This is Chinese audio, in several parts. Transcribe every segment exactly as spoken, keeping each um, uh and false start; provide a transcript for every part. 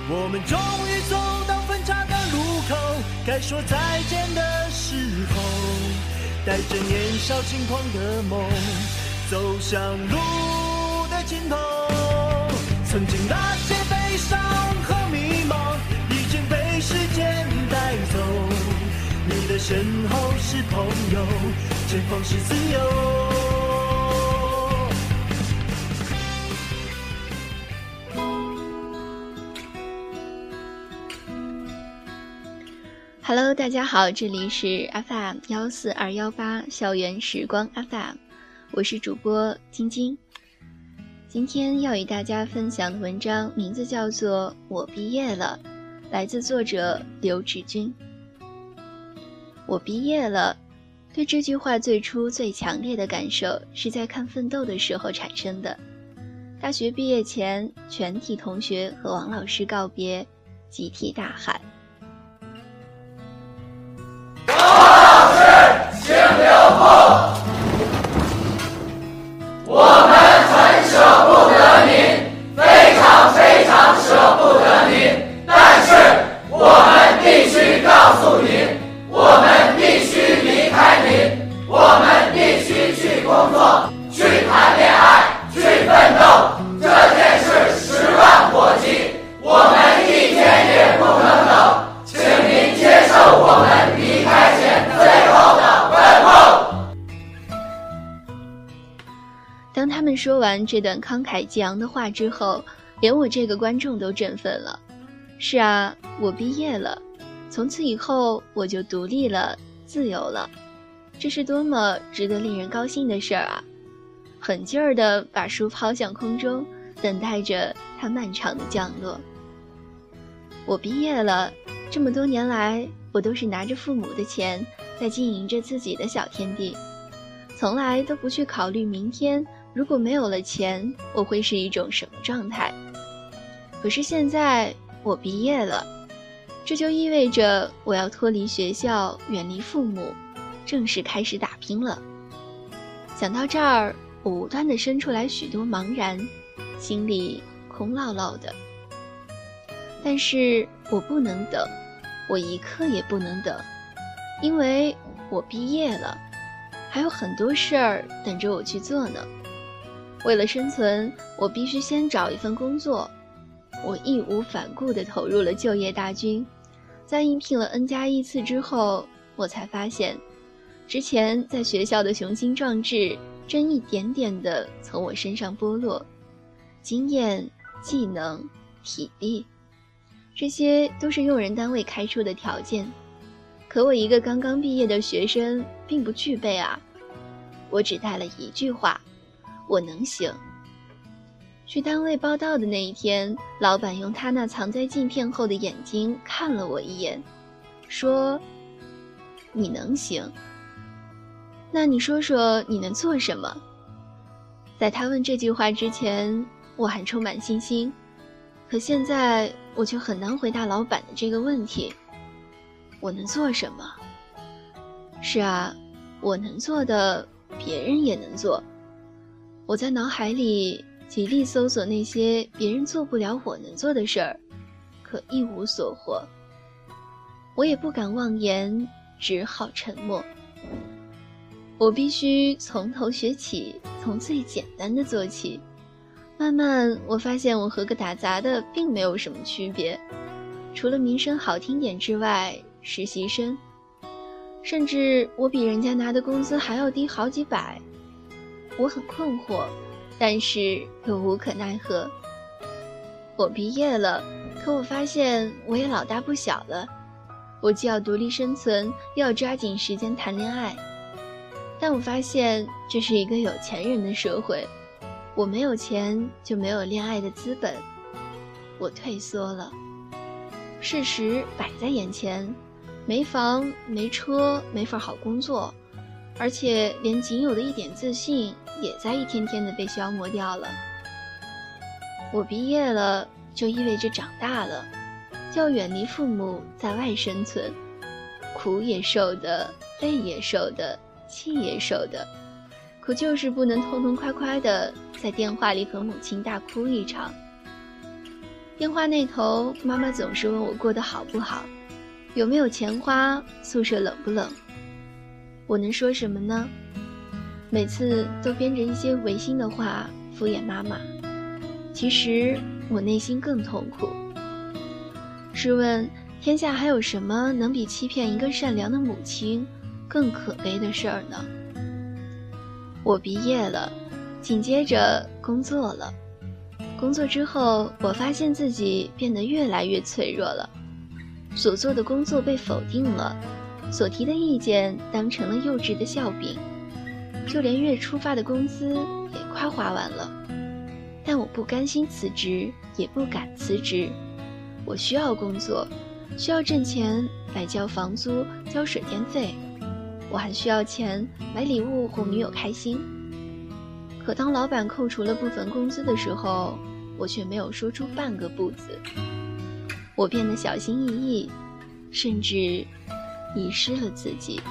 我们终于走到分岔的路口，该说再见的时候，带着年少轻狂的梦，走向路的尽头。曾经那些悲伤和迷茫，已经被时间带走。你的身后是朋友，前方是自由。 Hello， 大家好，这里是 F M 幺四二幺八校园时光 F M， 我是主播晶晶。今天要与大家分享的文章名字叫做《我毕业了》，来自作者刘志军。我毕业了，对这句话最初最强烈的感受是在看《奋斗》的时候产生的。大学毕业前，全体同学和王老师告别，集体大喊： 王老师，请留步！我们很舍不得您，非常非常舍不得您，但是我们必须告诉您，我们必须离开您，我们必须去工作，去谈恋爱，去奋斗。这件事十万火急，我们一天也不能等，请您接受我们离开前最后的问候。 当他们说完这段慷慨激昂的话之后，连我这个观众都振奋了。是啊，我毕业了，从此以后我就独立了，自由了，这是多么值得令人高兴的事儿啊！狠劲儿地把书抛向空中，等待着它漫长的降落。我毕业了，这么多年来，我都是拿着父母的钱，在经营着自己的小天地，从来都不去考虑明天如果没有了钱，我会是一种什么状态。可是现在我毕业了，这就意味着我要脱离学校，远离父母，正式开始打拼了。想到这儿，我无端地生出来许多茫然，心里空落落的。但是我不能等，我一刻也不能等，因为我毕业了，还有很多事儿等着我去做呢。为了生存，我必须先找一份工作。我义无反顾地投入了就业大军，在应聘了 N 加一次之后，我才发现，之前在学校的雄心壮志正一点点地从我身上剥落，经验、技能、体力，这些都是用人单位开出的条件，可我一个刚刚毕业的学生并不具备啊。我只带了一句话：我能行。去单位报到的那一天，老板用他那藏在镜片后的眼睛看了我一眼，说：你能行，那你说说你能做什么？在他问这句话之前，我还充满信心，可现在我却很难回答老板的这个问题：我能做什么？是啊，我能做的别人也能做。我在脑海里极力搜索那些别人做不了我能做的事儿，可一无所获。我也不敢妄言，只好沉默。我必须从头学起，从最简单的做起。慢慢我发现我和个打杂的并没有什么区别，除了名声好听点之外，实习生，甚至我比人家拿的工资还要低好几百。我很困惑，但是又无可奈何。我毕业了，可我发现我也老大不小了，我既要独立生存，又要抓紧时间谈恋爱。但我发现这是一个有钱人的社会，我没有钱就没有恋爱的资本。我退缩了，事实摆在眼前，没房没车没份好工作，而且连仅有的一点自信也在一天天的被消磨掉了。我毕业了，就意味着长大了，就要远离父母，在外生存，苦也受的，累也受的，气也受的，可就是不能痛痛快快的在电话里和母亲大哭一场。 电话那头，妈妈总是问我过得好不好，有没有钱花，宿舍冷不冷。我能说什么呢？每次都编着一些违心的话敷衍妈妈，其实我内心更痛苦。试问天下还有什么能比欺骗一个善良的母亲更可悲的事儿呢？我毕业了，紧接着工作了。工作之后，我发现自己变得越来越脆弱了。所做的工作被否定了，所提的意见当成了幼稚的笑柄，就连月初发的工资也快花完了。但我不甘心辞职，也不敢辞职。我需要工作，需要挣钱来交房租、交水电费，我还需要钱买礼物哄女友开心。可当老板扣除了部分工资的时候，我却没有说出半个不字。我变得小心翼翼，甚至遗失了自己。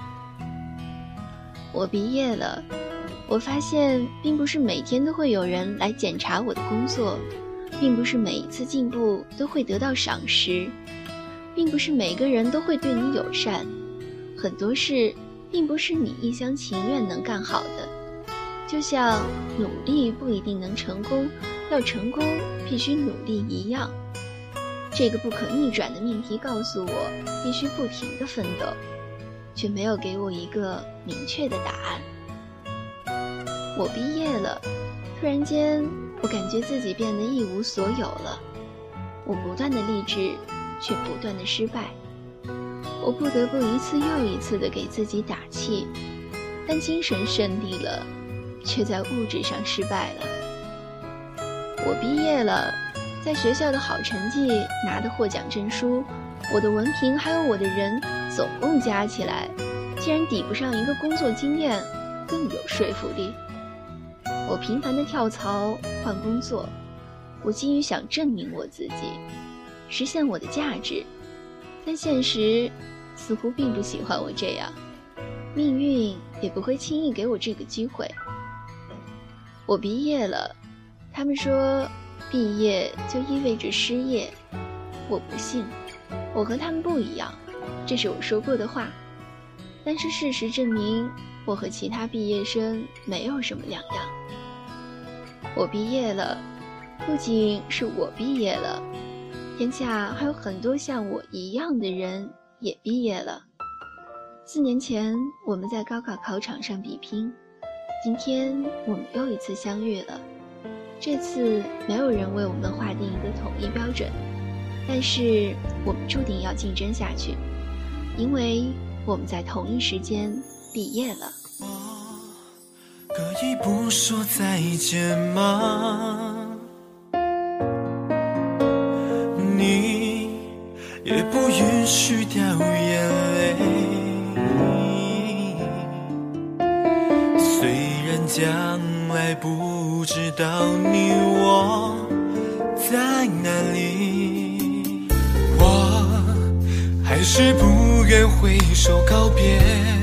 我毕业了，我发现并不是每天都会有人来检查我的工作，并不是每一次进步都会得到赏识，并不是每个人都会对你友善，很多事并不是你一厢情愿能干好的。就像努力不一定能成功，要成功必须努力一样。这个不可逆转的命题告诉我必须不停地奋斗，却没有给我一个明确的答案。我毕业了，突然间我感觉自己变得一无所有了。我不断的励志，却不断的失败。我不得不一次又一次的给自己打气，但精神胜利了，却在物质上失败了。我毕业了，在学校的好成绩，拿的获奖证书，我的文凭还有我的人，总共加起来，竟然抵不上一个工作经验更有说服力。我频繁的跳槽换工作，我基于想证明我自己，实现我的价值，但现实似乎并不喜欢我这样，命运也不会轻易给我这个机会。我毕业了，他们说毕业就意味着失业，我不信，我和他们不一样，这是我说过的话。但是事实证明，我和其他毕业生没有什么两样。我毕业了，不仅是我毕业了，天下还有很多像我一样的人也毕业了。四年前我们在高考考场上比拼，今天我们又一次相遇了。这次没有人为我们划定一个统一标准，但是我们注定要竞争下去，因为我们在同一时间毕业了。 我可以不说再见吗？你也不允许掉眼泪，虽然将来不知道你我在哪里，我还是不愿挥手告别。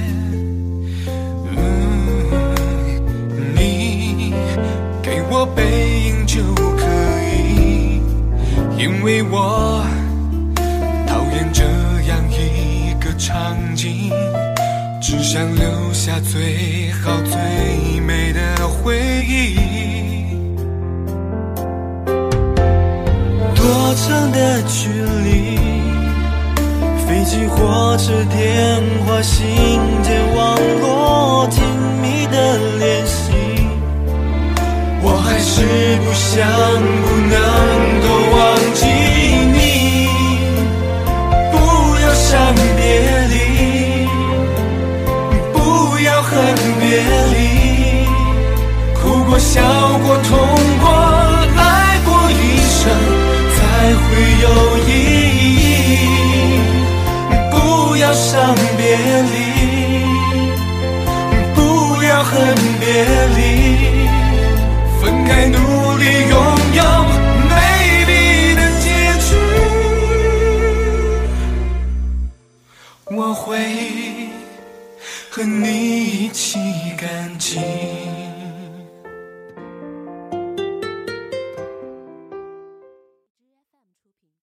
嗯，你给我背影就可以，因为我讨厌这样一个场景，只想留下最好最美的回忆。多长的距离，飞机火车电话信件网络紧密的联系，我还是不想不能够忘记你。不要伤别离，不要恨别离，哭过笑过痛